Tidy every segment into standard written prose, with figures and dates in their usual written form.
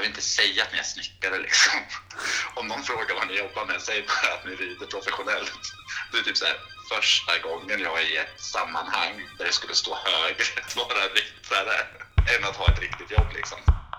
behöver inte säga att ni är snickare liksom. Om någon frågar vad ni jobbar med, säg bara att ni rider professionellt. Det är typ så här, första gången jag är i ett sammanhang där det skulle stå högre att vara ryttare än att ha ett riktigt jobb liksom.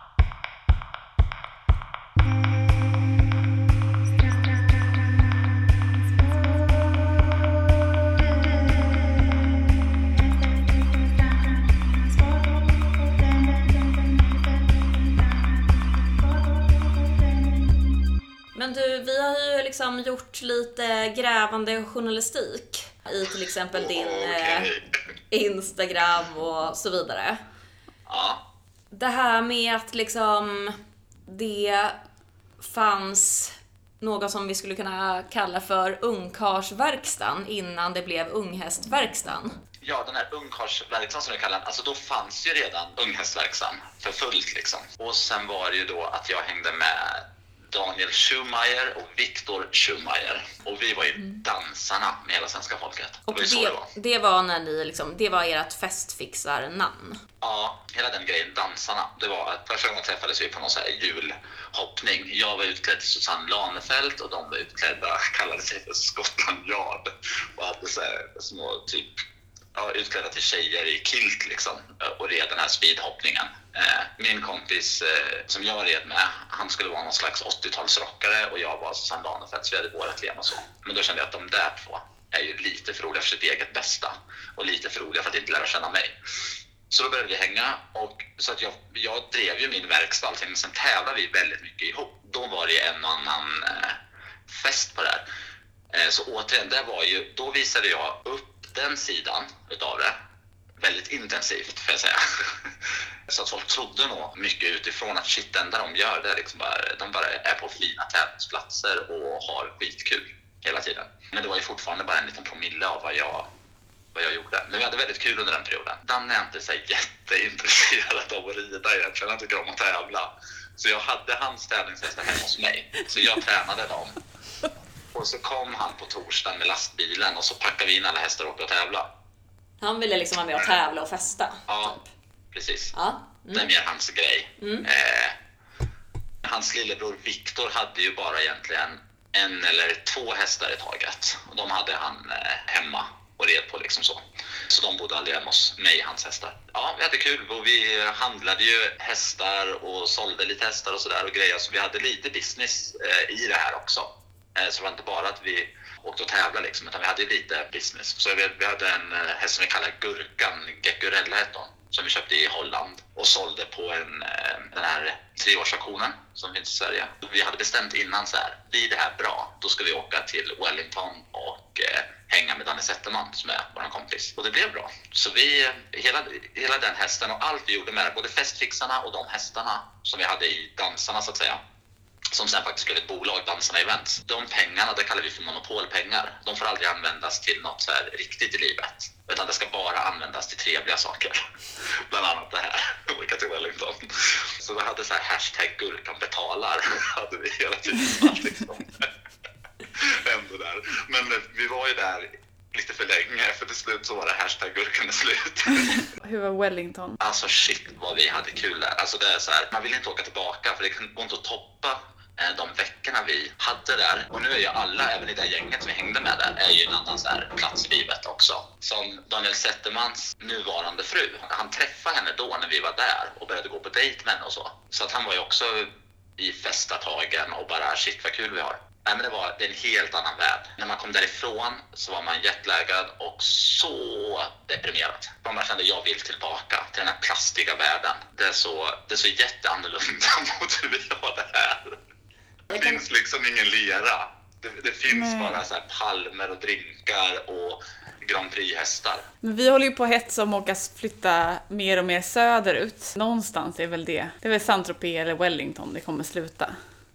Men du, vi har ju liksom gjort lite grävande journalistik i till exempel din Instagram och så vidare. Ja. Det här med att liksom det fanns något som vi skulle kunna kalla för ungkarsverkstan innan det blev unghästverkstan. Ja, den här ungkarsverkstan som jag kallar den, alltså då fanns ju redan unghästverkstan för fullt liksom. Och sen var det ju då att jag hängde med Daniel Schumacher och Viktor Schumacher. Och vi var ju dansarna med hela svenska folket. Och det var när ni liksom, det var ert festfixarnamn. Ja, hela den grejen, dansarna. Det var att första gången träffades vi på någon så här julhoppning. Jag var utklädd till Susanne Lanefelt och de var utklädda, kallade sig för Scotland Yard. Och hade så här små typ utklädda till tjejer i kilt liksom, och red den här speedhoppningen. Min kompis som jag red med, han skulle vara någon slags 80-talsrockare och jag var Susanne Lanefelt, så vi hade vårat tema så. Men då kände jag att de där två är ju lite för roliga för sitt eget bästa och lite för roliga för att inte lära känna mig. Så då började vi hänga och så att jag drev ju min verkstad allting, men sen tävlade vi väldigt mycket ihop. Då var det en annan fest på det här. Så återigen, då visade jag upp den sidan utav det väldigt intensivt, får jag säga. Så att folk trodde nog mycket utifrån att shit, det enda de gör det är liksom de bara är på fina tävlingsplatser och har skitkul hela tiden. Men det var ju fortfarande bara en liten promille av vad jag gjorde. Men vi hade väldigt kul under den perioden. Danne är inte så jätteintresserad av att rida egentligen. Han tycker om att tävla. Så jag hade hans tävlingshästar hemma hos mig. Så jag tränade dem. Och så kom han på torsdagen med lastbilen och så packade vi in alla hästar och åkte och tävla. Han ville liksom vara med och tävla och festa. Ja, typ. Precis. Ja. Det är mer hans grej. Hans lillebror Viktor hade ju bara egentligen 1 eller 2 hästar i taget. Och de hade han hemma och red på liksom så. Så de bodde aldrig hemma hos mig, hans hästar. Ja, vi hade kul och vi handlade ju hästar och sålde lite hästar och sådär och grejer. Så vi hade lite business i det här också. Så det var inte bara att vi åkte och tävlade liksom, utan vi hade lite business. Så vi hade en häst som vi kallar Gurkan, Gekurella hette hon, som vi köpte i Holland och sålde på den här 3-årsauktionen som finns i Sverige. Vi hade bestämt innan så här, blir det här bra, då ska vi åka till Wellington och hänga med Danne Zetterman som är vår kompis. Och det blev bra. Så hela den hästen och allt vi gjorde med det, både festfixarna och de hästarna som vi hade i dansarna så att säga, som sen faktiskt blev ett bolag, Dansarna Events. De pengarna, det kallar vi för monopolpengar. De får aldrig användas till något så här riktigt i livet. Utan det ska bara användas till trevliga saker. Bland annat det här, olika till Wellington. Så vi hade så här hashtag Gurkan betalar. Hade vi hela tiden liksom. Ändå där. Men vi var ju där lite för länge, för till slut så var det hashtag Gurkan är slut. Hur var Wellington? Alltså shit vad vi hade kul där. Alltså det är så här, man vill inte åka tillbaka för det går inte att toppa de veckorna vi hade där. Och nu är ju alla, även i det gänget som vi hängde med där, är ju en annan så här plats i livet också. Som Daniel Zettermans nuvarande fru. Han träffade henne då när vi var där och började gå på dejt med henne och så. Så att han var ju också i festartagen och bara shit vad kul vi har. Nej, men det är en helt annan värld. När man kom därifrån så var man jetlaggad och så deprimerad. Man kände jag vill tillbaka till den här plastiga världen. Det är så jätteannorlunda mot hur vi har det här. Det finns liksom ingen lera. Det finns bara så här palmer och drinkar och Grand Prix-hästar. Men vi håller ju på att hetsa om att flytta mer och mer söderut. Någonstans är väl det. Det är väl Saint-Tropez eller Wellington det kommer sluta.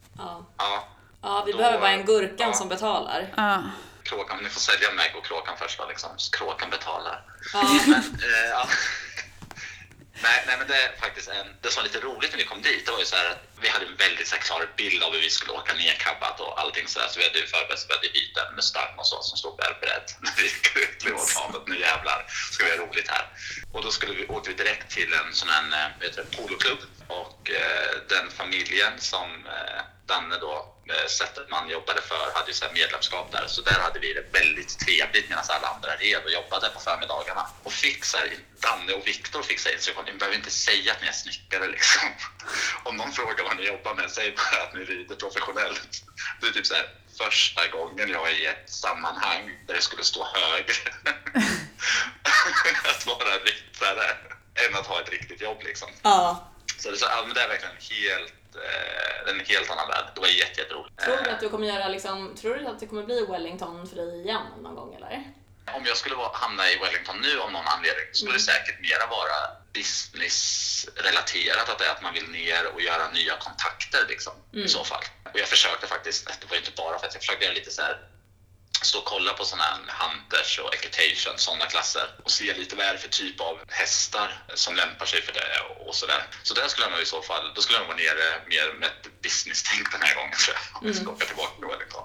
Ja, vi behöver bara en Gurkan som betalar. Kråkan, ni får sälja Meg och Kråkan först då liksom. Så Kråkan betalar. Ja. Men, Nej, men det är faktiskt det som var lite roligt när vi kom dit. Det var ju så här att vi hade en väldigt så här klar bild av hur vi skulle åka nedkabbat och allting så där. Så vi hade ju förberett, vi hade hyrt en Mustang och så som stod väl beredd när vi klev åt havet. Nu jävlar ska vi ha roligt här. Och då åkte vi direkt till en sån här poloklubb. Och den familjen som Danne då Zetterman jobbade för hade ju så här medlemskap där. Så där hade vi det väldigt trevligt medan alla andra red och jobbade på förmiddagarna. Och Danne och Viktor fick säga instruktion. Ni behöver inte säga att ni är snickare liksom. Om någon frågar vad ni jobbar med, säg bara att ni rider professionellt. Det är typ så här första gången jag är i ett sammanhang där det skulle stå högre att vara ryttare än att ha ett riktigt jobb liksom. Ja. Så det är verkligen en helt annan värld. Det var jätteroligt. Tror du att du kommer göra tror du att det kommer bli Wellington för dig igen någon gång eller? Om jag skulle hamna i Wellington nu av någon anledning skulle det säkert mera vara businessrelaterat, att det är att man vill ner och göra nya kontakter liksom, i så fall. Och jag försökte faktiskt, det var inte bara för att jag försökte göra lite så här, stå och kolla på sådana här hunters och equitation, sådana klasser och se lite vad är det för typ av hästar som lämpar sig för det och sådär. Så där skulle jag nog i så fall, då skulle jag vara nere mer med ett business-tänk den här gången tror jag, om vi ska åka tillbaka till Wellington.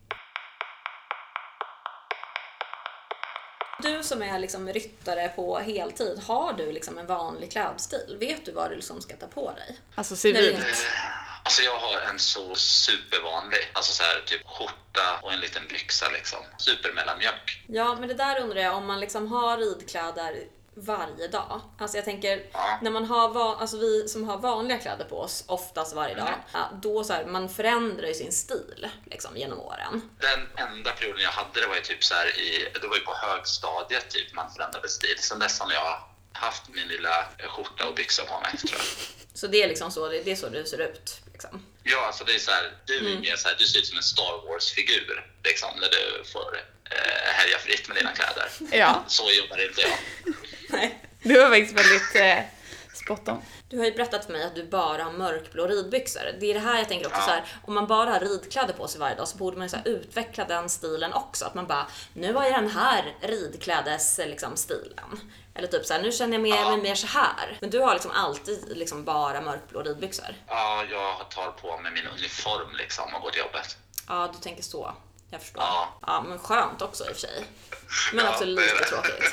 Du som är liksom ryttare på heltid, har du liksom en vanlig klädstil? Vet du vad du liksom ska ta på dig? Alltså civilt. Alltså jag har en så supervanlig, alltså så här typ skjorta och en liten byxa liksom. Supermellanmjölk. Ja, men det där undrar jag om man liksom har ridkläder varje dag. Alltså jag tänker, när man har alltså vi som har vanliga kläder på oss oftast varje dag, då så här, man förändrar ju sin stil liksom genom åren. Den enda perioden jag hade, det var ju typ så här det var ju på högstadiet typ man förändrade stil. Sen dess har jag haft min lilla skjorta och byxa på mig tror jag. Så det är liksom så, det är så du ser ut liksom. Ja, alltså det är så här, du är mer så här, du ser ut som en Star Wars-figur liksom, när du får härja fritt med dina kläder. Ja. Så jobbar inte jag. Nej. Du var faktiskt väldigt spot on. Du har ju berättat för mig att du bara har mörkblå ridbyxor. Det är det här jag tänker också så här, om man bara har ridkläder på sig varje dag så borde man så här utveckla den stilen också. Att man bara, nu har jag den här ridklädes liksom stilen. Eller typ så här, nu känner jag mig mer så här. Men du har liksom alltid liksom bara mörkblå ridbyxor. Ja, jag tar på mig min uniform liksom och går till jobbet. Ja, du tänker så. Jag förstår. Ja. Ja, men skönt också i och för sig. Men också lite tråkigt.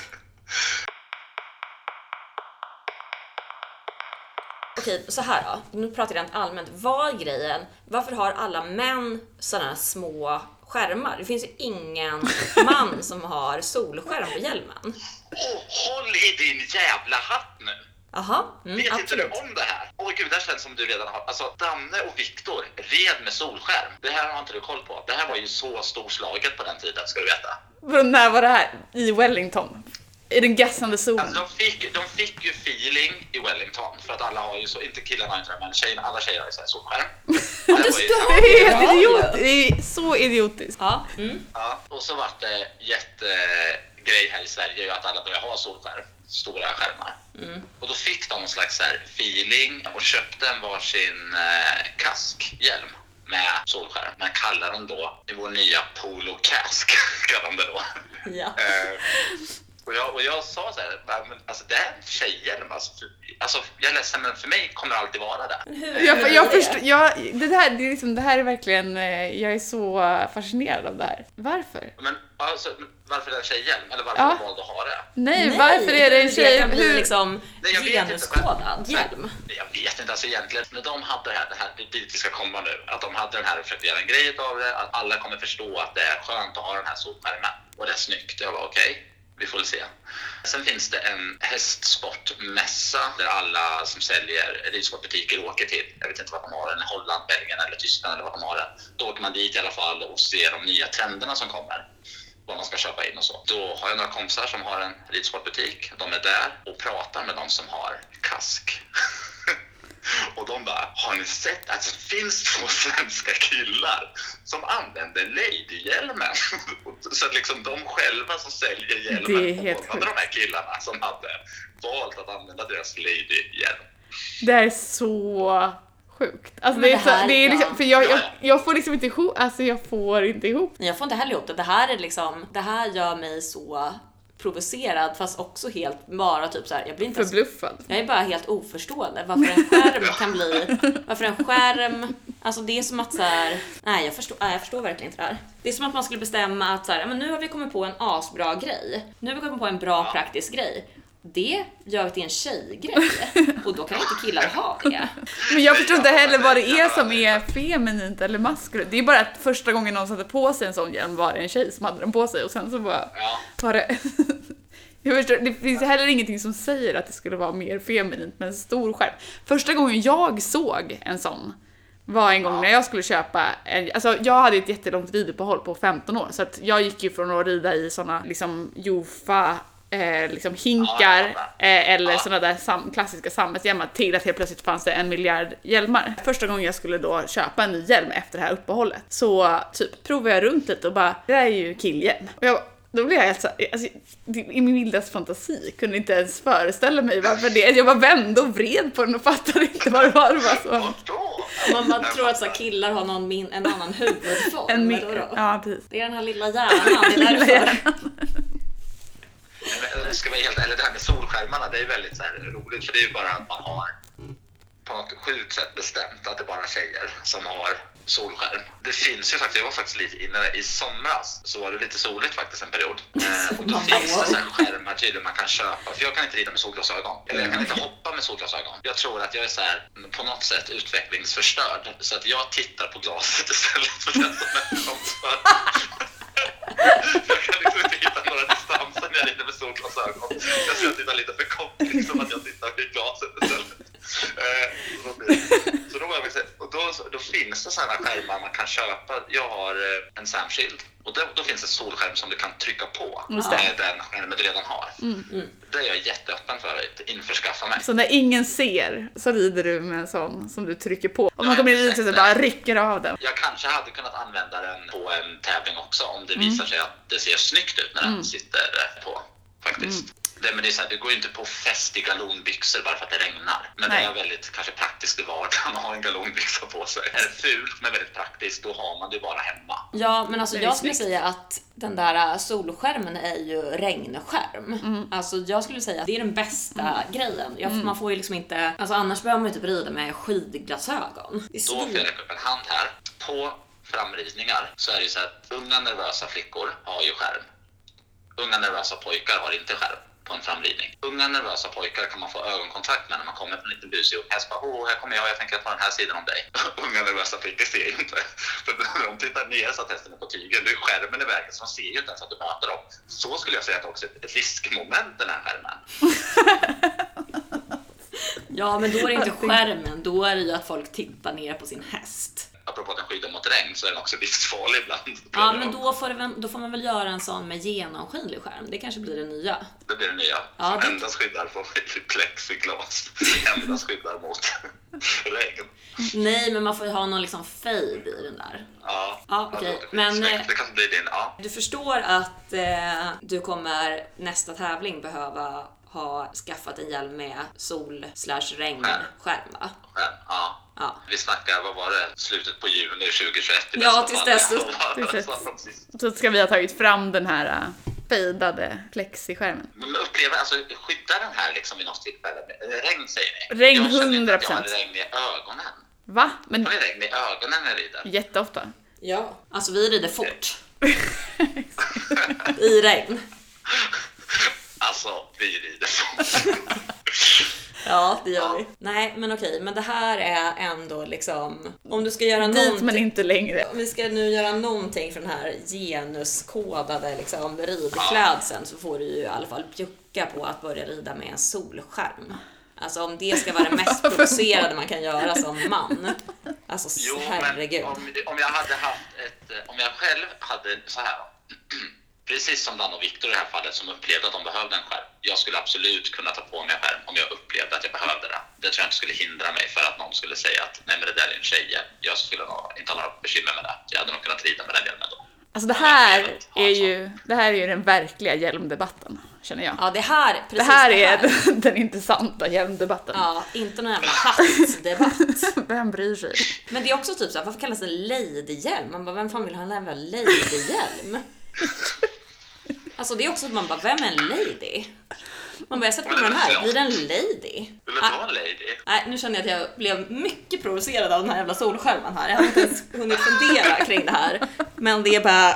Okej, så här då. Nu pratar jag rent allmänt. Vad är grejen? Varför har alla män sådana små skärmar? Det finns ju ingen man som har solskärm på hjälmen. Håll i din jävla hatt nu! Aha, Vet inte du absolut. om det här? Åh gud, det här känns som du redan har... Alltså, Danne och Viktor red med solskärm. Det här har inte du koll på. Det här var ju så storslaget på den tiden, ska du veta. När var det här? I Wellington? I den gassande solen? Alltså, de fick ju feeling i Wellington. För att alla har ju så... Inte killarna inte, men tjejerna, alla tjejer har ju så här solskärm. Det var ju Det är helt idiotiskt. Det är så idiotiskt. Ja, Ja, och så var det jättegrej här i Sverige ju att alla började ha solskärm, stora skärmar. Och då fick de någon slags så här feeling och köpte en varsin kaskhjälm med solskärm. Men kallar de då i vår nya Polo Cask, kallar de det då. ja. Och jag sa så här, men alltså det är en tjejhjälm, alltså jag är ledsen, men för mig kommer det alltid vara det. Jag förstår, det här är verkligen, jag är så fascinerad av det här. Varför? Men alltså, varför är det en tjejhjälm? Eller varför de valde att ha det? Nej, varför är det en tjej? Det kan bli liksom Nej, jag vet inte, genuskodad hjälm. Jag vet inte, alltså egentligen när de hade det här dit vi ska komma nu, att de hade den här och försökte göra en grej av det, att alla kommer förstå att det är skönt att ha den här solskärmen och det är snyggt. Jag var okej. Vi får se. Sen finns det en hästsportmässa där alla som säljer ridsportbutiker åker till. Jag vet inte vad de har den, Holland, Belgien eller Tyskland eller vad de har den. Då åker man dit i alla fall och ser de nya trenderna som kommer. Vad man ska köpa in och så. Då har jag några kompisar som har en ridsportbutik. De är där och pratar med de som har kask. Och de bara, har ni sett att det finns 2 svenska killar som använder ladyhjälmen? Så att liksom de själva som säljer hjälmen, det är helt och de här killarna som hade valt att använda deras ladyhjälm. Det är så sjukt. Alltså Men det är liksom, för jag får liksom inte ihop, alltså jag får inte ihop. Jag får inte heller ihop det. Det här gör mig så provocerad fast också helt bara typ så här, jag blir inte Förbluffad. Jag är bara helt oförstående varför en skärm kan bli, varför en skärm, alltså det är som att så här, nej jag förstår verkligen inte det här. Det är som att man skulle bestämma att så här, men nu har vi kommit på en asbra grej. Nu har vi kommit på en bra praktisk grej. Det gör vi till en tjejgrej och då kan inte killar ha det. Men jag förstår inte heller vad det är som är feminint eller maskulint. Det är bara att första gången någon satte på sig en sån hjälm var det en tjej som hade den på sig och sen så bara var det... Jag förstår, det finns heller ingenting som säger att det skulle vara mer feminint med en stor skärm. Första gången jag såg en sån var en gång när jag skulle köpa alltså jag hade ett jättelångt riduppehåll på 15 år så att jag gick ju från att rida i såna liksom jofa liksom hinkar eller såna där klassiska sammetshjälmar till att helt plötsligt fanns det 1 miljard hjälmar. Första gången jag skulle då köpa en ny hjälm efter det här uppehållet så typ provade jag runt lite och bara, det här är ju killhjälm. Och då blev jag helt så alltså, i min vildaste fantasi kunde inte ens föreställa mig varför det. Jag bara vände och vred på den och fattade inte vad det var så. Man tror att så killar har en annan huvudform. Ja, precis. Det är den här lilla hjärnan, det är därför. Det ska vara helt ärligt, det här med solskärmarna, det är väldigt så här roligt för det är ju bara att man har på något sjukt sätt bestämt att det är bara tjejer som har solskärm. Det finns ju faktiskt, jag var faktiskt lite inne i somras så var det lite soligt faktiskt en period. Och då finns det så här skärmar tydligen man kan köpa. För jag kan inte rida med solglasögon. Eller jag kan inte hoppa med solglasögon. Jag tror att jag är så här på något sätt utvecklingsförstörd. Så att jag tittar på glaset istället för den som är framför. Jag kan liksom inte hitta några distanser när jag rider med solglasögon. Jag ska titta lite för kort liksom att jag tittar i glaset istället. Så då finns det sådana skärmar man kan köpa. Jag har en Samshield och då finns det solskärm som du kan trycka på med den skärmen du redan har. Det är jag jätteöppen för att införskaffa mig. Så när ingen ser så rider du med en sån som du trycker på. Och man kommer in och bara rycker av den. Jag kanske hade kunnat använda den på en tävling också om det visar sig att det ser snyggt ut när den sitter på faktiskt. Men det är så här, det går ju inte på fest i galonbyxor bara för att det regnar. Men det är väldigt kanske praktiskt i vardagen att ha en galonbyxa på sig. Är det fult men väldigt praktiskt, då har man det bara hemma. Ja, men alltså jag skulle säga att den där solskärmen är ju regnskärm. Alltså jag skulle säga att det är den bästa grejen. Man får ju liksom inte, alltså annars behöver man ju typ rida med skidglasögon. Då får jag räcka upp en hand här. På framridningar så är det ju så att unga nervösa flickor har ju skärm. Unga nervösa pojkar har inte skärm på en framridning. Unga nervösa pojkar kan man få ögonkontakt med när man kommer på en liten busig och häst bara, här kommer jag tänker på den här sidan om dig. Unga nervösa flickor ser ju inte. För när de tittar ner så att hästen är på tygen, det är skärmen i vägen så de ser ju inte ens att du möter dem. Så skulle jag säga att det också är ett riskmoment den här skärmen. Ja, men då är det inte skärmen, då är det ju att folk tittar ner på sin häst. Apropå att den skyddar mot regn så är den också livsfarlig ibland. Ja, men då får man väl göra en sån med genomskinlig skärm. Det kanske blir det nya. Det blir det nya. Ja, som endast skyddar på plexiglas. Endast skyddar mot regn. Nej, men man får ju ha någon liksom fade i den där. Ja, okej. Men det kanske blir din, du förstår att du kommer nästa tävling behöva ha skaffat en hjälm med sol/regnskärm, va? Ja. Vi snackar, vad var det? Slutet på juni 2021. Ja, tills dess. Så ska vi ha tagit fram den här fejdade plexiskärmen. Men upplever, alltså skyddar den här liksom vid något tillfälle? Regn säger ni? Regn 100%. Jag känner inte att jag har regn i ögonen. Va? Men... Har ni regn i ögonen när jag rider? Jätteofta. Ja, alltså vi rider fort. I regn. Alltså, vi rider fort. Ja, det gör vi. Nej, men okej, men det här är ändå liksom, om du ska göra någonting, men inte längre. Om vi ska nu göra någonting för den här genuskodade liksom ridklädseln så får du ju i alla fall bjucka på att börja rida med en solskärm. Alltså om det ska vara det mest provocerade man kan göra som man. Alltså herregud. Om jag hade haft om jag själv hade så här. Precis som Dan och Victor i det här fallet som upplevde att de behövde en skärm. Jag skulle absolut kunna ta på mig en skärm om jag upplevde att jag behövde det. Det tror jag inte skulle hindra mig för att någon skulle säga att nej men det där är en tjej. Jag skulle nog inte ha några bekymmer med det. Jag hade nog kunnat rida med den hjälmen då. Alltså det här är ju den verkliga hjälmdebatten, känner jag. Ja, det här är den intressanta hjälmdebatten. Ja, inte någon jävla hattdebatt. Vem bryr sig? Men det är också typ så här, varför kallas det ladyhjälm? Man bara, vem fan vill ha en jävla ladyhjälm? Alltså det är också att man bara, vem är en lady? Man bara, jag sätter på den här, blir det en lady? Vill du vara en lady? Nej, nu känner jag att jag blev mycket provocerad av den här jävla solskärmen här. Jag har inte ens hunnit fundera kring det här. Men det är bara,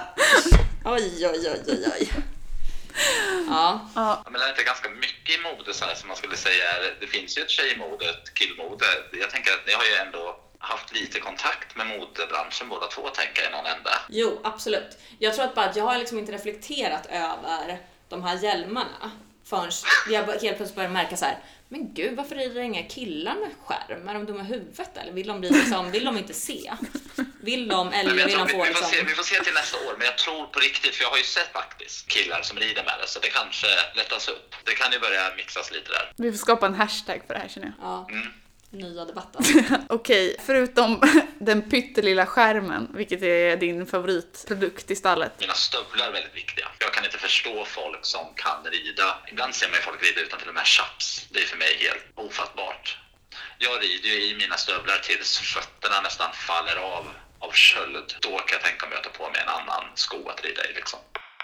oj. Ja. Men det är inte ganska mycket i mode så här, som man skulle säga. Det finns ju ett tjejmode, ett killmode. Jag tänker att ni har ju ändå haft lite kontakt med modebranschen båda två, tänker jag, i någon ända. Jo, absolut. Jag tror att bara jag har liksom inte reflekterat över de här hjälmarna förrän jag helt plötsligt börjar märka så här: men gud, varför är det inga killar med skärm? Är de dumma i huvudet eller vill de bli liksom, vill de inte se? Vill de eller vill de få liksom... Vi får se till nästa år, men jag tror på riktigt, för jag har ju sett faktiskt killar som rider med det, så det kanske lättas upp. Det kan ju börja mixas lite där. Vi får skapa en hashtag för det här, känner jag. Ja. Nya debatten. Okej, förutom den pyttelilla skärmen, vilket är din favoritprodukt i stallet? Mina stövlar är väldigt viktiga. Jag kan inte förstå folk som kan rida. Ibland ser man ju folk rida utan till och med chaps. Det är för mig helt ofattbart. Jag rider ju i mina stövlar tills fötterna nästan faller av köld. Då kan jag tänka mig att ta på mig en annan sko att rida i liksom.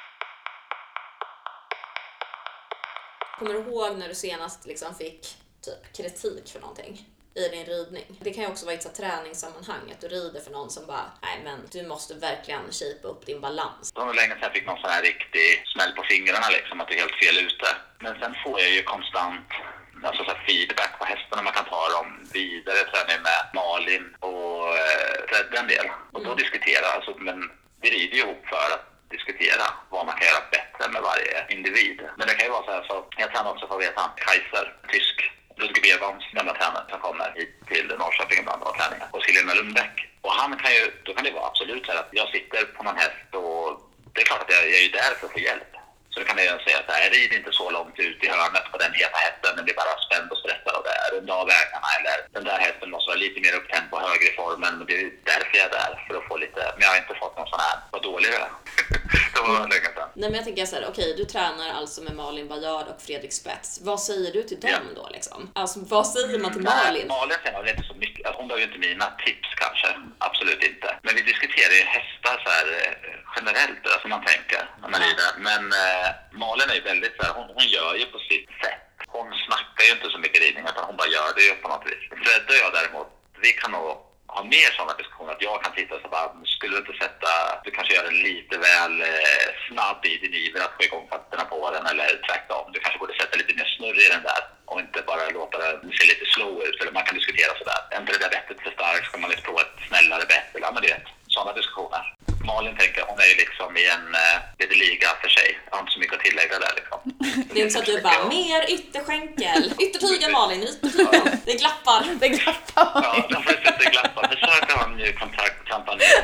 Kommer du ihåg när du senast liksom fick typ kritik för någonting i din ridning? Det kan ju också vara i ett träningssammanhang att du rider för någon som bara, nej men du måste verkligen shape upp din balans. Det var länge sedan jag fick någon sån här riktig smäll på fingrarna liksom, att det är helt fel ute. Men sen får jag ju konstant så här feedback på hästarna, man kan ta dem vidare, träning med Malin och Fred en del. Och då diskutera, alltså, men vi rider ju ihop för att diskutera vad man kan göra bättre med varje individ. Men det kan ju vara så här, så jag tränar också för att veta Kaiser, tysk. Ludvig Berbaums gamla tränare som kommer hit till Norrköping ibland och har träningar hos Helena Lundbäck. Och han kan ju, då kan det vara absolut så här att jag sitter på någon häst och det är klart att jag är ju där för att få hjälp. Så då kan jag ju säga att jag rider inte så långt ut i hörnet på den heta hästen, men det är bara spänd och stressad och det är runda av vägarna. Eller den där hästen måste vara lite mer upptänd på högre i formen, men det är därför jag är där, för att få lite, men jag har inte fått någon sån här, vad dålig det är. Det var länge sedan. Nej, men jag tänker så här, okej, du tränar alltså med Malin Bajard och Fredrik Spets. Vad säger du till dem då liksom? Alltså, vad säger man till Malin? Malin säger väl inte så mycket. Hon har ju inte mina tips kanske. Absolut inte. Men vi diskuterar ju hästar så här generellt, alltså man tänker när man rider. Men Malin är ju väldigt så här, hon gör ju på sitt sätt. Hon snackar ju inte så mycket ridning, utan hon bara gör det ju på något vis. Fred och jag däremot, vi kan nog ha mer sådana diskussioner, att jag kan titta och så bara, skulle du inte sätta, du kanske gör den lite väl snabb i din iver att få igång fötterna på den, eller tvärtom, du kanske borde sätta lite mer snurr i den där och inte bara låta den se lite slow ut, eller man kan diskutera sådär. Är inte det där bettet för starkt, ska man lite prova ett snällare bett, eller ja men det är sådana diskussioner. Malin tänker, hon är ju liksom i en lite liga för sig, jag har inte så mycket att tillägga där liksom. Det är inte så att du bara, mer ytterskänkel, yttertygen Malin, yttertygen, det glappar. Det glappar. Ja, de får inte glappa. Försök att ha en mjuk kontakt och trampa ner.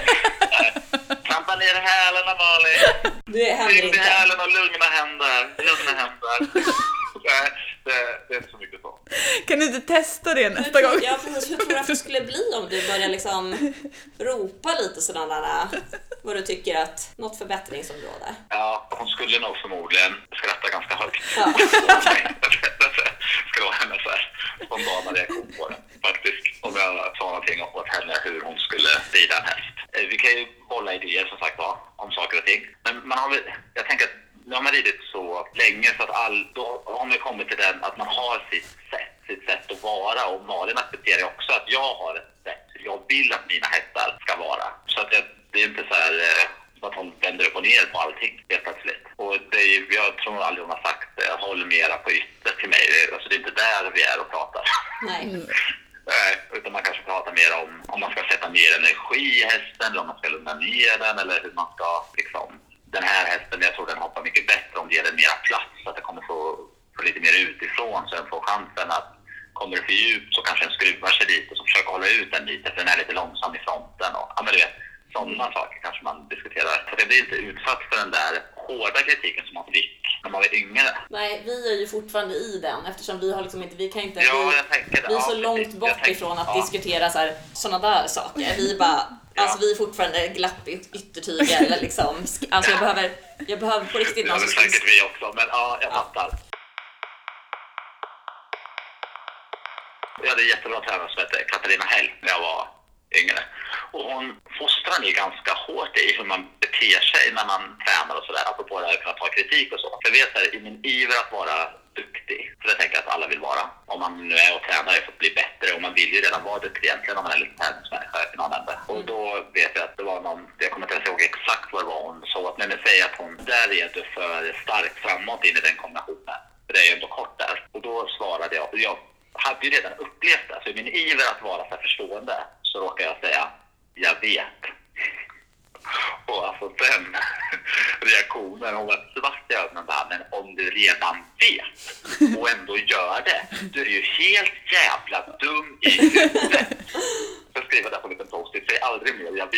Trampa ner hälarna, Malin. Det händer inte. Hälarna och lugna händer. Det är inte så mycket så. Kan du inte testa det nästa gång? Ja, hur tror du att det skulle bli om du börjar liksom ropa lite sådana vad du tycker att något förbättringsområde? Ja, hon skulle nog förmodligen skratta ganska högt. Ja. Ska vara hennes spontana reaktion på det, faktiskt. Om jag sa någonting åt henne hur hon skulle rida en häst. Vi kan ju bolla idéer som sagt om saker och ting. Men man har väl, jag tänker att nu har man ridit så länge så att då har man kommit till den att man har sitt sätt att vara, och Malin accepterar också att jag har ett sätt jag vill att mina hästar ska vara. Så att det är inte så här att hon vänder upp och ner på allting helt plötsligt. Och det är ju, jag tror aldrig hon har sagt håll mera på ytter till mig. Alltså det är inte där vi är och pratar. Nej. Utan man kanske pratar mer om man ska sätta mer energi i hästen, eller om man ska lugna ner den, eller hur man ska liksom, den här hästen, jag tror den hoppar mycket bättre om det ger den mera plats, så att det kommer få lite mer utifrån, så den får chansen att kommer det för djupt så kanske den skruvar sig lite, så försöker hålla ut den lite, för den är lite långsam i fronten, och ja men du vet, sådana saker kanske man diskuterar. Så det blir inte utsatt för den där hårda kritiken som man fick när man var yngre. Nej, vi är ju fortfarande i den, eftersom vi har liksom inte, vi kan inte, vi är så långt bort ifrån att diskutera såna där saker. Vi bara, alltså vi är fortfarande glapp i yttertyger, eller liksom, alltså jag behöver på riktigt någon som... säkert vi också, men ja, jag fattar. Jag hade jättebra tränare som hette Katarina Hell när jag var yngre. Och hon fostrade mig ganska hårt i hur man beter beter sig när man tränar och sådär. Apropå det här att kunna ta kritik och så. För jag vet här, i min iver att vara duktig, för det tänker jag att alla vill vara. Om man nu är och tränar för att bli bättre, och man vill ju redan vara duktig egentligen om man är lite tävlingsmänniska i någon ände. Och då vet jag att det var någon, jag kommer inte ihåg exakt vad det var hon sa, att när ni säger att hon där är du för starkt framåt in i den kombinationen. För det är ju ändå kort där. Och då svarade jag hade ju redan upplevt det. Så i min iver att vara så förstående så råkar jag säga, jag vet. Och alltså den reaktionen, hon var svart i ögonen där, men om du redan vet och ändå gör det, du är ju helt jävla dum i huvudet. Jag skriver där på en liten post-it, säg aldrig mer, jag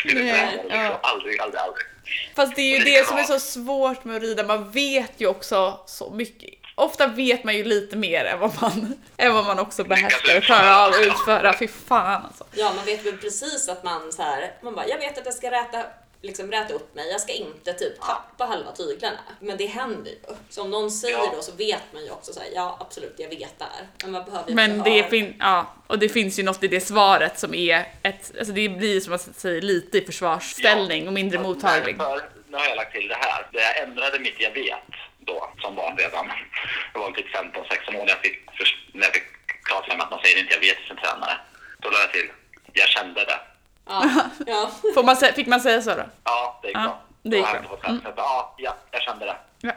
vet. Aldrig. Fast det är ju det som är så svårt med att rida, man vet ju också så mycket. Ofta vet man ju lite mer än vad man också behärskar och klarar av att utföra. Fy fan alltså. Ja, man vet väl precis att man så här, man bara, jag vet att jag ska räta upp mig. Jag ska inte typ tappa halva tyglarna. Men det händer ju. Så om någon säger då så vet man ju också så här, ja absolut, jag vet det här. Men man behöver ju och det finns ju något i det svaret som är alltså det blir som att säga lite i försvarsställning och mindre mottaglig. Nu har jag lagt till det här. Det jag ändrade mitt jag vet då, som barn redan. Det var typ 15-16 år när jag fick klart för mig att man säger inte jag vet till sin tränare. Då lade jag till, jag kände det. Ja. Fick man säga så då? Ja, det gick bra. Det gick bra. Ja, jag kände det. Ja.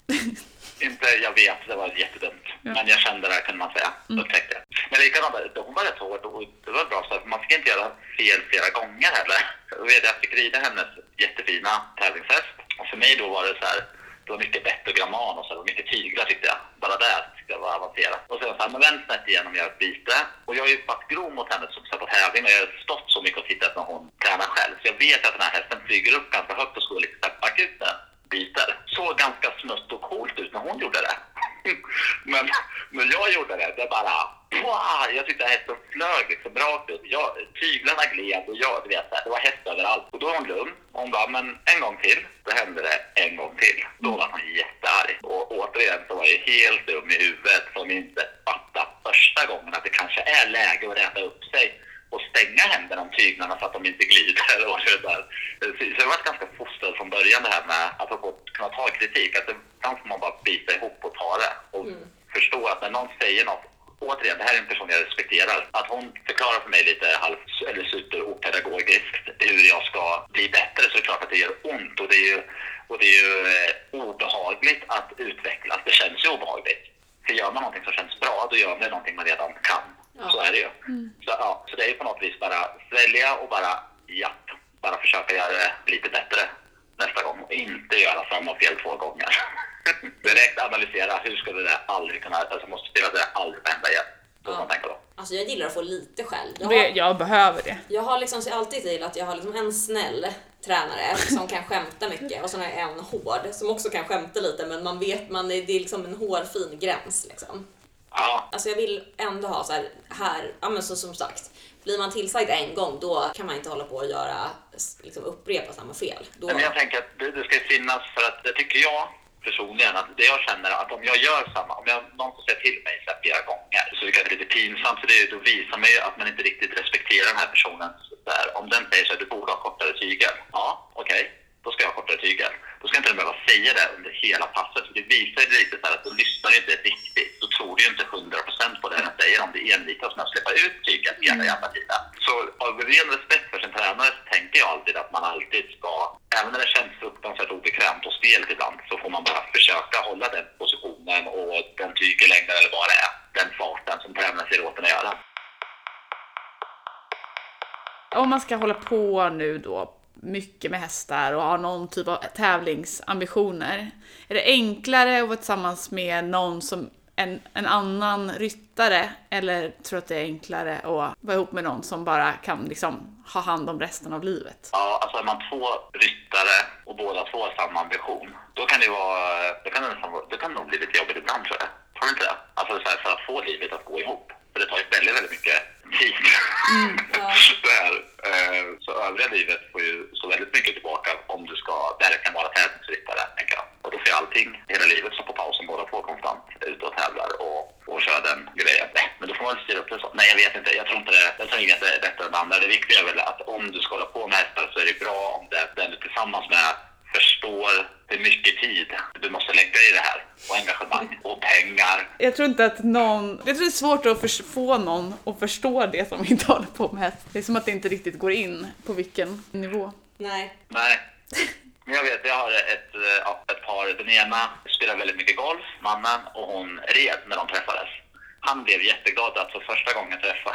Inte jag vet, det var jättedumt. Ja. Men jag kände det, kunde man säga. Upptäckte det. Men likadant, hon var rätt hård och det var bra, så man fick inte göra fel flera gånger heller. Jag fick rida hennes jättefina tävlingshäst. Och för mig då var det så här, det var mycket bett och gramman och så, det var mycket tyglar tyckte jag. Bara där tyckte jag var avancerat. Och sen så här, men vänt snett igenom gör ett byte. Och jag har ju varit grov mot henne som på tävling, och jag har stått så mycket och tittat när hon tränar själv. Så jag vet att den här hästen flyger upp ganska högt och skulle lite backa ut den. Byter. Såg ganska smutt och coolt ut när hon gjorde det. Men när jag gjorde det, det bara... Jag tyckte att hästen flög liksom rakt ut. Tyglarna gled och du vet, det var häst överallt. Och då var hon lugn. Hon bara, men en gång till. Då hände det en gång till. Då var hon jättearg. Och återigen så var jag helt dum i huvudet som inte fattade första gången att det kanske är läge att räta upp sig och stänga händerna om tyglarna så att de inte glider och så där. Så jag var ganska fostrad från början det här med att kunna ta kritik. Att ibland får man bara bita ihop och ta det. Och förstå att när någon säger något, återigen, det här är en person jag respekterar. Att hon förklarar för mig lite eller superopedagogiskt hur jag ska bli bättre, så är det klart att det gör ont. Och det är ju obehagligt att utvecklas. Det känns ju obehagligt. För gör man någonting som känns bra, då gör man någonting man redan kan. Så är det ju. Så det är ju på något vis bara svälja och bara försöka göra det lite bättre nästa gång. Och inte göra samma fel 2 gånger. Direkt analysera, hur skulle det aldrig kunna, alltså måste spela det aldrig hända igen. Man tänker då. Alltså jag gillar att få lite själv. Jag behöver det. Jag har liksom så alltid till att jag har liksom en snäll tränare som kan skämta mycket, och så har jag en hård som också kan skämta lite, men man vet, det är liksom en hårfin gräns liksom. Ja. Alltså jag vill ändå ha så här, ja men så som sagt, blir man tillsagd en gång, då kan man inte hålla på och liksom upprepa samma fel. Men jag tänker att det ska finnas, för att det tycker jag personligen, att det jag känner att om jag gör samma, om någon får säga till mig så flera gånger, så tycker jag att det är lite pinsamt, för då visar man ju att man inte riktigt respekterar den här personen. Där. Om den säger så att du borde ha kortare tygel, ja okej, då ska jag ha kortare tygel. Då ska jag inte behöva säga det under hela passet, för det visar ju lite så här att du lyssnar inte riktigt, då tror du ju inte 100% på det den säger, om det envisas med att släppa ut tygen hela jävla tiden. Så av ren respekt för sin tränare så tänker jag alltid att man alltid ska, även när det känns fruktansvärt obekvämt och stelt ibland, så får man bara försöka hålla den positionen och den tygelängden eller vad det är, den farten som tränaren ser åt den att göra. Om man ska hålla på nu då mycket med hästar och ha någon typ av tävlingsambitioner, är det enklare att vara tillsammans med någon som en annan ryttare, eller tror att det är enklare att vara ihop med någon som bara kan liksom ha hand om resten av livet? Ja, alltså är man 2 ryttare och båda 2 har samma ambition, då kan det kan nog bli lite jobbigt ibland, tror jag. Tror du inte det? Alltså så här, för att få livet att gå ihop. För det tar ju väldigt, väldigt mycket tid. Så övriga livet får ju så väldigt mycket tillbaka om du ska verkligen vara tävlingsryttare, tänker jag. Och då får allting, hela livet, så på pausen, båda 2 konstant ut och tävlar och kör den grejen. Men då får man styra upp det så. Nej, jag vet inte. Jag tror inte att det är bättre än andra. Det viktiga är väl att om du ska hålla på med hästar, så är det bra om den du tillsammans tillsammans med förstår hur mycket tid du måste lägga i det här och engagemang och pengar. Jag tror inte att jag tror det är svårt att få någon att förstå det som inte håller på med häst. Det är som att det inte riktigt går in på vilken nivå. Nej. Men jag vet, jag har ett par. Den ena spelar väldigt mycket golf, mannen, och hon red när de träffades. Han blev jätteglad att för första gången träffa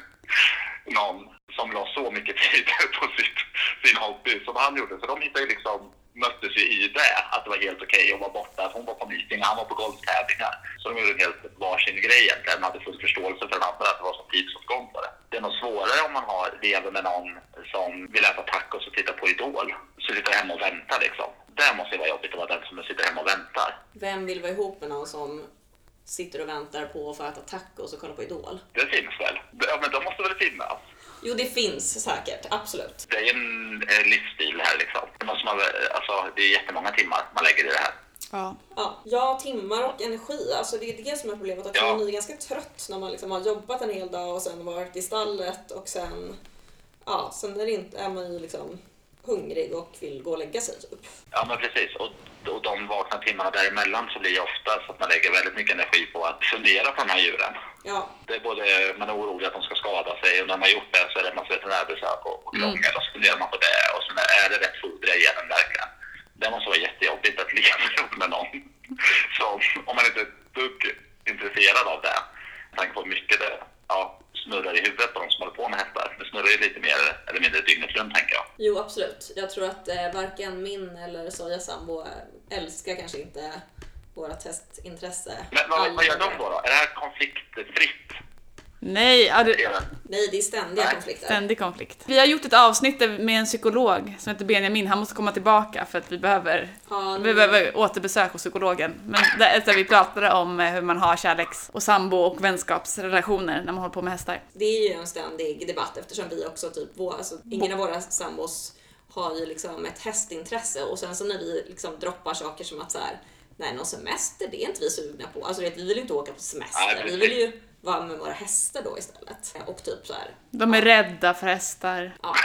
någon som la så mycket tid på sin hobby som han gjorde. Så de hittade möttes ju i det, att det var helt okej att vara borta. Hon var på meeting, han var på golftävlingar. Så de gjorde en helt varsin grej egentligen. De hade full förståelse för den andra, att det var så tidsåtgång på det. Det är nog svårare om man lever med någon som vill äta tacos och titta på Idol. Så sitter hemma och väntar liksom. Det måste ju vara jobbigt att vara den som sitter hemma och väntar. Vem vill vara ihop med någon som sitter och väntar på att få äta tacos och kolla på Idol? Det finns väl? Ja, men de måste väl finnas. Jo, det finns säkert, absolut. Det är en livsstil här liksom. Det är jättemånga timmar man lägger i det här. Ja, timmar och energi. Alltså det är det som är problemet. Att man är ganska trött när man har jobbat en hel dag och sen varit i stallet och sen är man ju hungrig och vill gå och lägga sig typ. Ja, men precis. Och de vakna timmarna däremellan så blir det ofta så att man lägger väldigt mycket energi på att fundera på de här djuren. Ja. Det är man är orolig att de ska skada sig, och när man gjort det så är det en massa veterinärbesök och krångel, och så funderar man på det, och sen är det rätt foder igen verkligen. Det måste vara jättejobbigt att leva ihop med någon som, om man inte är dugg intresserad av det, med tanke på hur mycket det snurrar i huvudet på de som håller på med hästar. Det snurrar ju lite mer eller mindre dygnet runt, tänker jag. Jo, absolut. Jag tror att varken min eller Soja sambo älskar kanske inte våra testintresse. Men vad gör de då? Är det här konfliktfritt? Nej, Nej, det är ständiga konflikter. Ständig konflikt. Vi har gjort ett avsnitt med en psykolog som heter Benjamin. Han måste komma tillbaka för att vi behöver återbesök hos psykologen. Men där vi pratade om hur man har kärleks- och sambo- och vänskapsrelationer när man håller på med hästar. Det är ju en ständig debatt eftersom vi också ingen av våra sambos har ju ett hästintresse, och sen så när vi droppar saker som att nej, någon semester, det är inte vi sugna på. Alltså vi vill ju inte åka på semester. Vi vill ju vara med våra hästar då istället. Och typ De är rädda för hästar. Ja.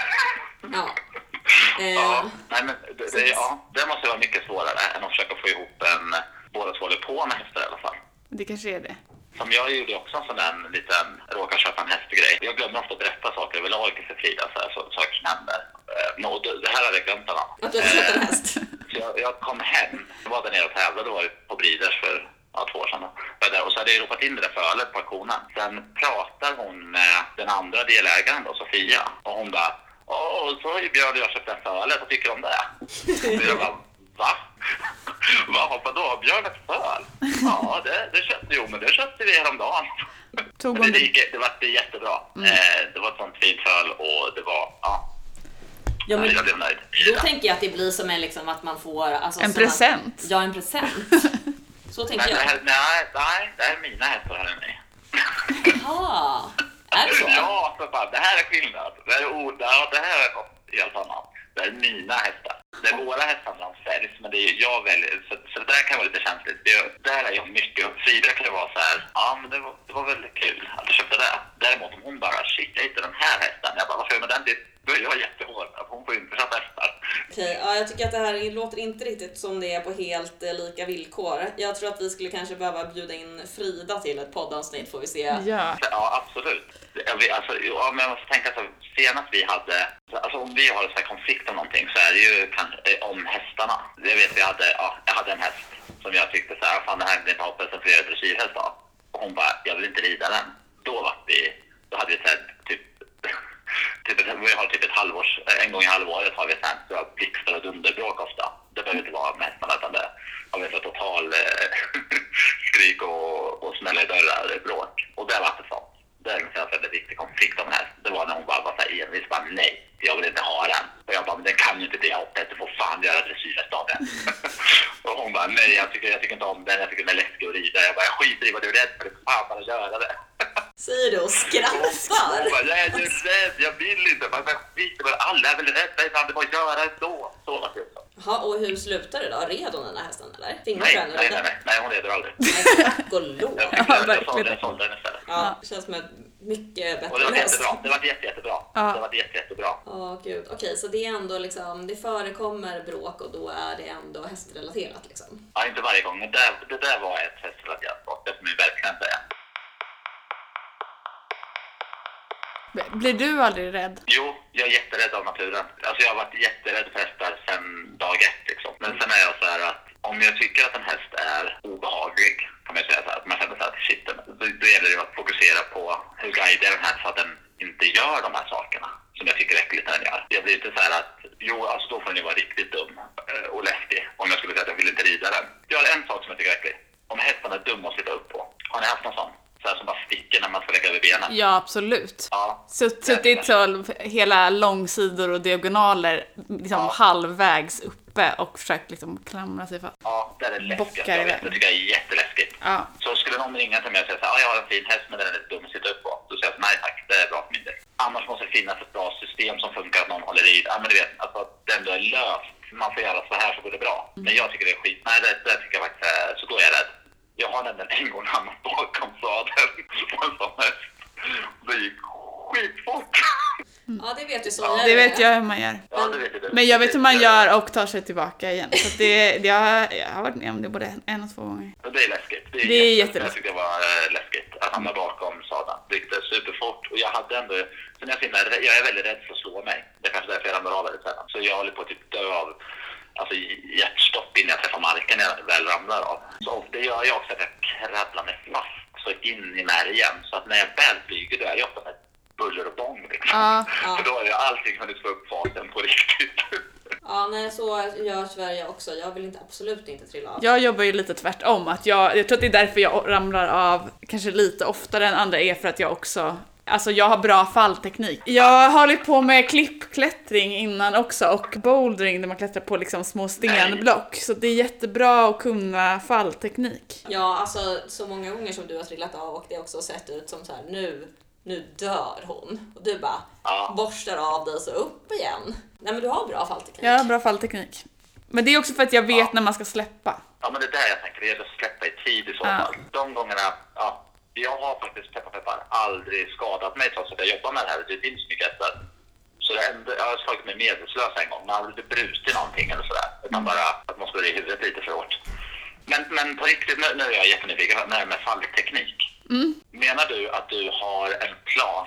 Nej, men det måste vara mycket svårare än att försöka få ihop båda två håller på med hästar i alla fall. Det kanske är det. Som jag gjorde också en sån där liten råkar köpa en hästgrej. Jag glömmer ofta att berätta saker överlag för Frida, saker som händer. Det här hade jag glömt alla. Att du har köpt en häst? Så jag kom hem, jag var där nere och tävlade, var på Breeders för 2 år sedan. Och så hade jag ropat in det där fölet på auktionen. Sen pratar hon med den andra delägaren då, Sofia. Och hon bara, så har ju Björn och jag köpt en fölet, vad tycker du om det? Och jag bara, va? Vadå? Björn ett föl? Ja, det köpte vi häromdagen. Det jättebra. Det var ett sånt fint föl, och det var, jag blev nöjd. Då tänker jag att det blir som att man får en present. En present. Så tänker jag. Nej, det här är mina hästar här inne. Jaha, är det så? Ja, det här är skillnad. Det här är något helt annat. Det är mina hästar. Det är våra hästar som säljs, men det är jag väljer. Så det där kan vara lite känsligt. Där är jag mycket. Frida kan vara så här, men det var väldigt kul att du köpte det. Däremot om hon bara, shit, jag hittade den här hästen. Jag bara, varför gör med den? Då är jag jättehård. Hon får inte köpa hästar. Okej, jag tycker att det här låter inte riktigt som det är på helt lika villkor. Jag tror att vi skulle kanske behöva bjuda in Frida till ett poddavsnitt, får vi se. Ja, absolut. Men jag måste tänka så, senast vi hade, om vi har en sån här konflikt om någonting, så är det ju om hästarna. Jag vet, jag hade en häst som jag tyckte så här, fan, det här är inte hoppet som flera dressyrhäst då. Och hon bara, jag vill inte rida den. Då hade vi så här, vi har typ en gång i halvåret har vi så blixtar och dunderbråk ofta. Det behöver inte vara med hästarna, utan det har vi så total skrik och smälla i dörrar, bråk. Och det var det sånt. Det är en väldigt viktig konflikt om det här. Det var när hon bara var så här envis, bara nej, jag vill inte ha den. Och jag bara, men den kan ju inte det hoppet, du får fan göra dressyrhäst av den. Och hon bara, nej, jag tycker inte om den, jag tycker den är läskig att rida. Jag bara, jag skiter i vad du är rädd för, du får fan bara göra det. Säger du och skrattar? Jag är rädd, jag vill inte. Man skiter väl, alla är väl rädda ibland, det var att göra ändå. Så var det så. Jaha, och hur slutar det då? Red hon den här hästen eller? Nej, hon reder aldrig. Tack och lov. Ja, verkligen. Ja, det känns som ett mycket bättre. Och det var jättebra. Det var jättebra. Ja. Det var jättebra. Ja, gud. Okej, så det är ändå liksom, det förekommer bråk och då är det ändå hästrelaterat liksom? Ja, inte varje gång. Men det där var ett hästrelaterat brott. Det får man verkligen säga. Blir du aldrig rädd? Jo, jag är jätterädd av naturen. Alltså jag har varit jätterädd för hästar sedan dag ett liksom. Men sen är jag så här att om jag tycker att en häst är obehaglig, kan man säga så här, att man känner så här att shit, då gäller det att fokusera på hur guidar jag den här så att den inte gör de här sakerna som jag tycker är äckligt när den gör. Jag blir inte så här att, jo, alltså då får den ju vara riktigt dum och läskig om jag skulle säga att jag vill inte rida den. Jag har en sak som jag tycker är äcklig. Om hästarna är dumma att sitta upp på. Har ni haft någon sån? Så här som bara sticker när man ska lägga över benen. Ja, absolut. Ja. Suttit så hela långsidor och diagonaler liksom halvvägs uppe och försökt liksom klamra sig fast. Ja, det är läskigt. Bockar iväg. Det tycker jag är jätteläskigt. Ja. Så skulle någon ringa till mig och säga att jag har en fin häst men den är lite dum att sitta upp på. Då säger jag nej tack, det är bra för min del. Annars måste det finnas ett bra system som funkar att någon håller i. Ja, men du vet, alltså det ändå är löst. Man får göra så här så går det bra. Men jag tycker det är skit. Nej, det tycker jag faktiskt är, så då är jag rädd. Jag har nämligen en gång hamnat bakom sadeln på en sån häst. Det gick skitfort. Ja, det vet du så. Det vet jag hur man gör. Ja, det vet du. Men jag vet hur man gör och tar sig tillbaka igen. Så att jag har varit med om det både 1 och 2 gånger. Det är läskigt. Det är jätteläskigt. Jag tyckte det var läskigt att hamna bakom sadeln. Det gick superfort. Och jag hade ändå, sen jag är väldigt rädd för att slå mig. Det är kanske därför jag ramlar av väldigt sällan. Så jag håller på att typ dö av alltså hjärtstopp innan jag träffar marken när jag väl ramlar av. Så det gör jag också att jag krabblar mig fast så in i märgen. Så att när jag väl flyger då är jag ofta ett buller och bång liksom. Ja. För då har jag allting hunnit få upp farten på riktigt. Ja, nej, så gör Sverige också. Jag vill absolut inte trilla av. Jag jobbar ju lite tvärtom. Att jag tror att det är därför jag ramlar av kanske lite oftare än andra är för att jag också... Alltså jag har bra fallteknik. Jag har hållit på med klippklättring innan också och bouldering där man klättrar på liksom små stenblock. Så det är jättebra att kunna fallteknik. Ja, alltså så många gånger som du har trillat av och det har också sett ut som så här, nu dör hon. Och du bara borstar av dig så upp igen. Nej, men du har bra fallteknik. Jag har bra fallteknik. Men det är också för att jag vet när man ska släppa. Ja, men det är där jag tänker. Det gäller att släppa i tid i så fall. De gångerna, jag har faktiskt peppar aldrig skadat mig trots att jag jobbar med det här. Det finns mycket hästar. Så jag har slagit mig medvetslös en gång. Man har aldrig brutit någonting eller sådär. Utan bara att man slår i huvudet lite för hårt. Men på riktigt, nu är jag jättenyfiken med fallteknik. Menar du att du har en plan?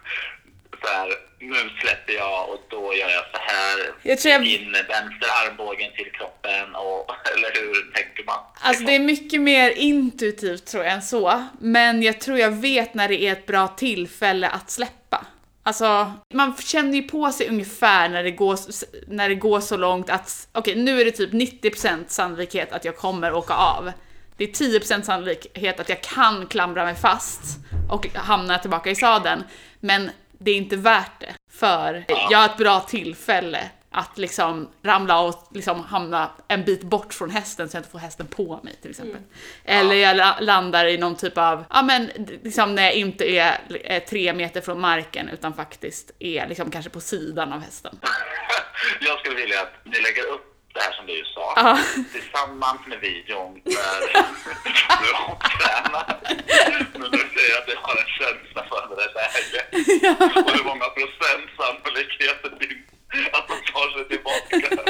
Så här, nu släpper jag och då gör jag så här. In vänster armbågen till kroppen eller hur tänker man? Alltså det är mycket mer intuitivt tror jag än så. Men jag tror jag vet när det är ett bra tillfälle att släppa. Alltså man känner ju på sig ungefär när det går så långt att okej, nu är det typ 90% sannolikhet att jag kommer åka av. Det är 10% sannolikhet att jag kan klamra mig fast och hamna tillbaka i sadeln. Men det är inte värt det. För jag har ett bra tillfälle att liksom ramla och liksom hamna en bit bort från hästen så jag inte får hästen på mig till exempel. Eller jag landar i någon typ av, liksom när jag inte är 3 meter från marken utan faktiskt är liksom kanske på sidan av hästen. Jag skulle vilja att ni lägger upp det här som du sa tillsammans med videon där du tränar. Men du säger att du har en känsla för det läge. Och hur många procent sannolikhet är din att de tar sig tillbaka?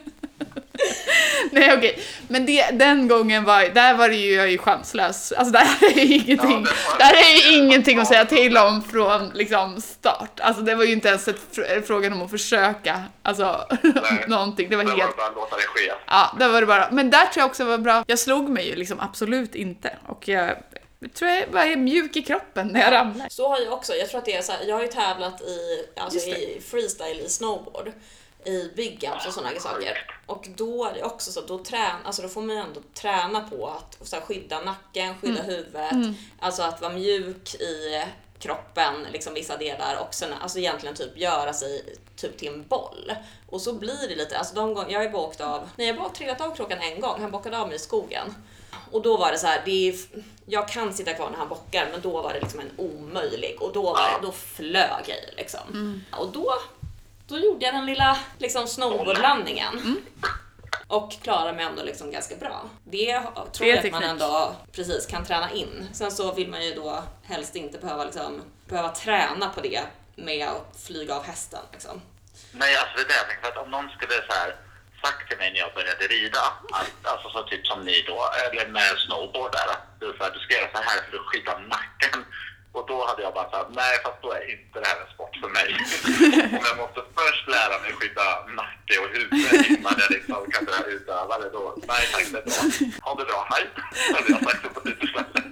Nej okej, men den gången var det ju jag är ju chanslös. Alltså där är ju ingenting. Där är ju ingenting att säga till om från liksom start. Alltså det var ju inte ens frågan om att försöka. Alltså någonting. Det var helt. Bara låta det ske. Ja, det var det bara. Men där tror jag också var bra. Jag slog mig ju liksom absolut inte och jag tror jag var mjuk i kroppen när jag ramlade. Så har jag också. Jag tror att det är så här, jag har ju tävlat i freestyle i snowboard. I big ups och sådana saker. Och då är det också så då får man ändå träna på att så här, skydda nacken, skydda huvudet, alltså att vara mjuk i kroppen, liksom vissa delar och sen alltså egentligen typ göra sig typ till en boll. Och så blir det lite, alltså de gånger jag har bara åkt av, nej jag bara trillat av kråkan en gång, han bockade av mig i skogen. Och då var det så här, jag kan sitta kvar när han bockar, men då var det liksom en omöjlig och då flög jag liksom. Och då gjorde jag den lilla liksom snowboardlandningen. Och klarar mig ändå liksom ganska bra. Det tror jag att man ändå precis kan träna in. Sen så vill man ju då helst inte behöva träna på det med att flyga av hästen liksom. Nej, alltså det är det jag tänker, för att om någon skulle så här sagt till mig när jag började rida, alltså så typ som ni då, eller med snowboard där, du ska göra så här för att skydda nacken. Och då hade jag bara sagt, nej fast då är inte det här en sport för mig. Om jag måste först lära mig skydda nacke och huvud innan jag liksom kan börja utöva det då. Nej tack, det är bra. Ha det bra, hej. Hade jag sagt det på nyttårsfesten.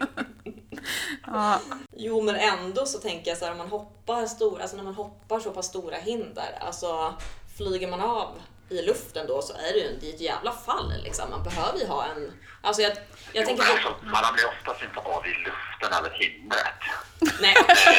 Jo, men ändå så tänker jag så här, om man hoppar när man hoppar så pass stora hinder, alltså flyger man av i luften då så är det ju ett jävla fall liksom. Man behöver ju ha en... Alltså jag tänker... Alltså, man blir oftast inte av i luften eller hindret. Nej.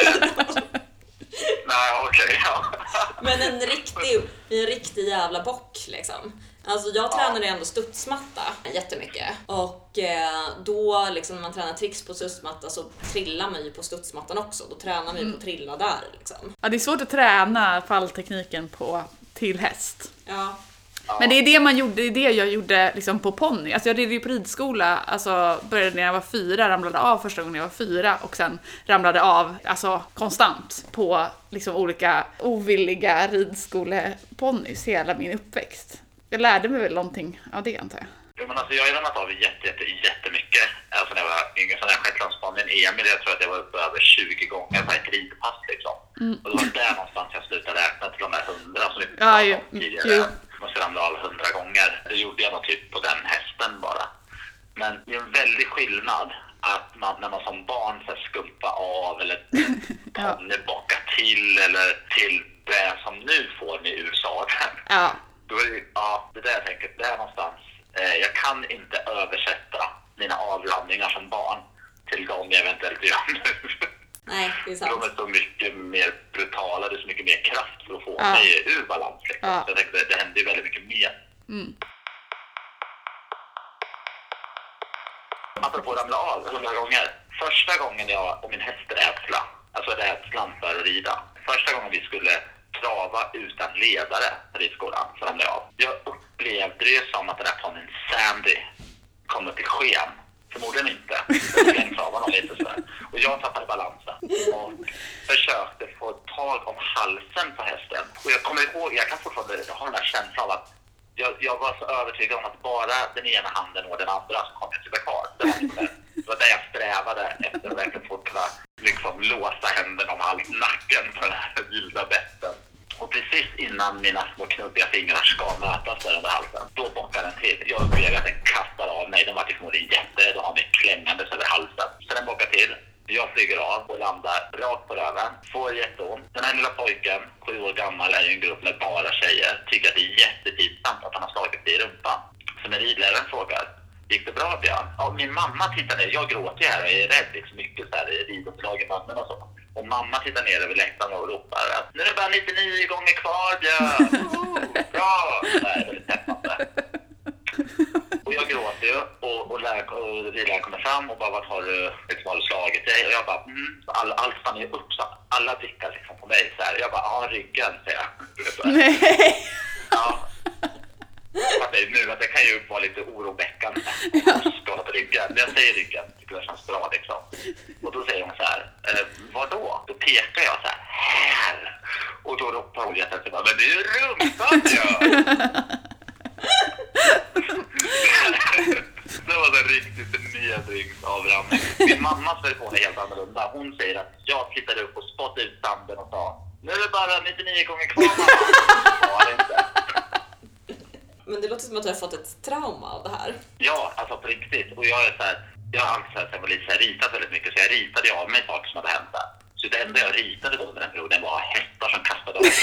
Nej, okej, ja. Men en riktig jävla bock liksom. Alltså jag tränade ändå studsmatta jättemycket. Och då liksom när man tränar tricks på studsmatta så trillar man ju på studsmattan också. Då tränar man ju på att trilla där liksom. Ja, det är svårt att träna falltekniken till häst. Ja. Men det är det man gjorde, det är det jag gjorde liksom på ponny. Alltså jag red ju på ridskola, alltså började när jag var 4, ramlade av första gången jag var 4 och sen ramlade av alltså konstant på liksom olika ovilliga ridskoleponnys hela min uppväxt. Jag lärde mig väl någonting av det antar jag. Jo, men alltså jag har ramlat av jättemycket. Alltså när jag var yngre, så när jag Shetlandsponnen Emil, jag tror att jag var uppe över 20 gånger på ett ridpass liksom. Och det var där någonstans jag slutade räkna till de där 100 som vi pratade om tidigare. Måste ramla av 100 gånger. Det gjorde jag nog typ på den hästen bara. Men det är en väldig skillnad att man, när man som barn så skumpa av eller baka till eller till det som nu får med USA. Ja. Då är det, det där jag tänker, det är någonstans. Jag kan inte översätta mina avlandningar som barn till de jag eventuellt gör nu. Nej, det är sant. De är så mycket mer brutala, det är så mycket mer kraft för att få mig ur balans. Liksom. Så jag tänkte, det händer ju väldigt mycket mer. Apropå att ramla av 100 gånger. Första gången jag och min hästrädsla, alltså rädslan för att rida. Första gången vi skulle trava utan ledare på ridskolan så ramlade jag av. Jag upplevde det som att den där ponnen Sandy kom upp i sken. Förmodligen inte. Jag travade lite sådär. Och jag tappade balansen. Och försökte få tag om halsen på hästen. Och jag kommer ihåg, jag kan fortfarande ha den där känslan av att jag var så övertygad om att bara den ena handen och den andra så kom jag sitta kvar. Det var där jag strävade efter att verkligen få kunna liksom låsa händerna om halv nacken på den här vilda betten. Och precis innan mina små knubbiga fingrar ska mötas där under halsen, då bockar den till. Jag upplevde att den kastade av mig. Den var förmodligen jätterädd och har mig klämmandes över halsen. Så den bockar till. Jag flyger av och landar rakt på röven. Får jätteont. Den här lilla pojken, 7 år gammal, är ju en grupp med bara tjejer. Tycker att det är jättepinsamt att han har slagit i rumpan. Så när ridläraren frågar, gick det bra Björn? Ja, min mamma tittar ner. Jag gråter ju här och är rädd liksom mycket så här i riduppslag i munnen och så. Och mamma tittar ner över läktaren och ropar att nu är det bara 99 gånger kvar Björn. Bra! Det är väldigt peppande. Och jag gråter ju och ridläraren kommer fram och bara vad har du slagit dig? Och jag bara allt stannar ju upp så alla blickar liksom på mig så här. Jag bara ryggen säger jag. Nej. Ja. Nu att det kan ju vara lite oroväckande skada på ryggen. När jag säger ryggen tycker jag känns bra liksom. Och då säger hon så här, vadå? Då pekar jag så här. Och då ropar hon jättebra, men det är ju rumpan Det var en riktigt nedringsavramning. Min mammas version är helt annorlunda. Hon säger att jag tittade upp och spottade ut sanden och sa, nu är det bara 99 gånger kvar mamma. Var det inte. Men det låter som att du har fått ett trauma av det här. Ja, alltså på riktigt. Och jag är så här, jag har alltid så här, var lite så här, ritat väldigt mycket. Så jag ritade av mig saker som hade hänt där. Så det enda jag ritade då under den perioden var hästar som kastade av.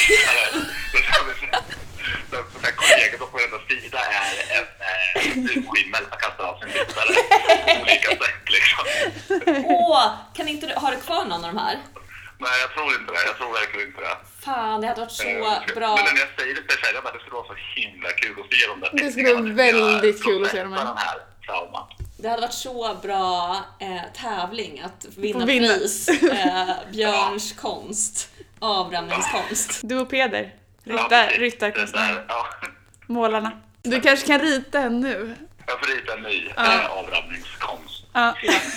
Den kollegan på ena sida är en skimmel som kastar av sin lyftare. På olika sätt liksom. Kan inte du, har du kvar någon av de här? Nej, jag tror inte det. Jag tror verkligen inte det. Fan, det hade varit så bra. Men när jag säger det till jag bara, det skulle vara så himla kul att se dem där. Det skulle vara väldigt kul att se dem här trauman. Det hade varit så bra tävling att vinna pris. Björns konst. Avramningskonst. Du och Peder. Ryttarkonstnär. Ja. Målarna. Du kanske kan rita en nu. Jag får rita en ny avramningskonst. Ja.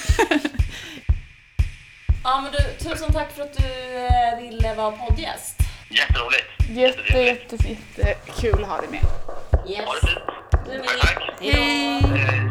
Ja, men du, tusen tack för att du ville vara poddgäst. Jätteroligt. Jättekul att ha dig med. Yes. Ha det fint. Du med. Tack. Hej då. Hej!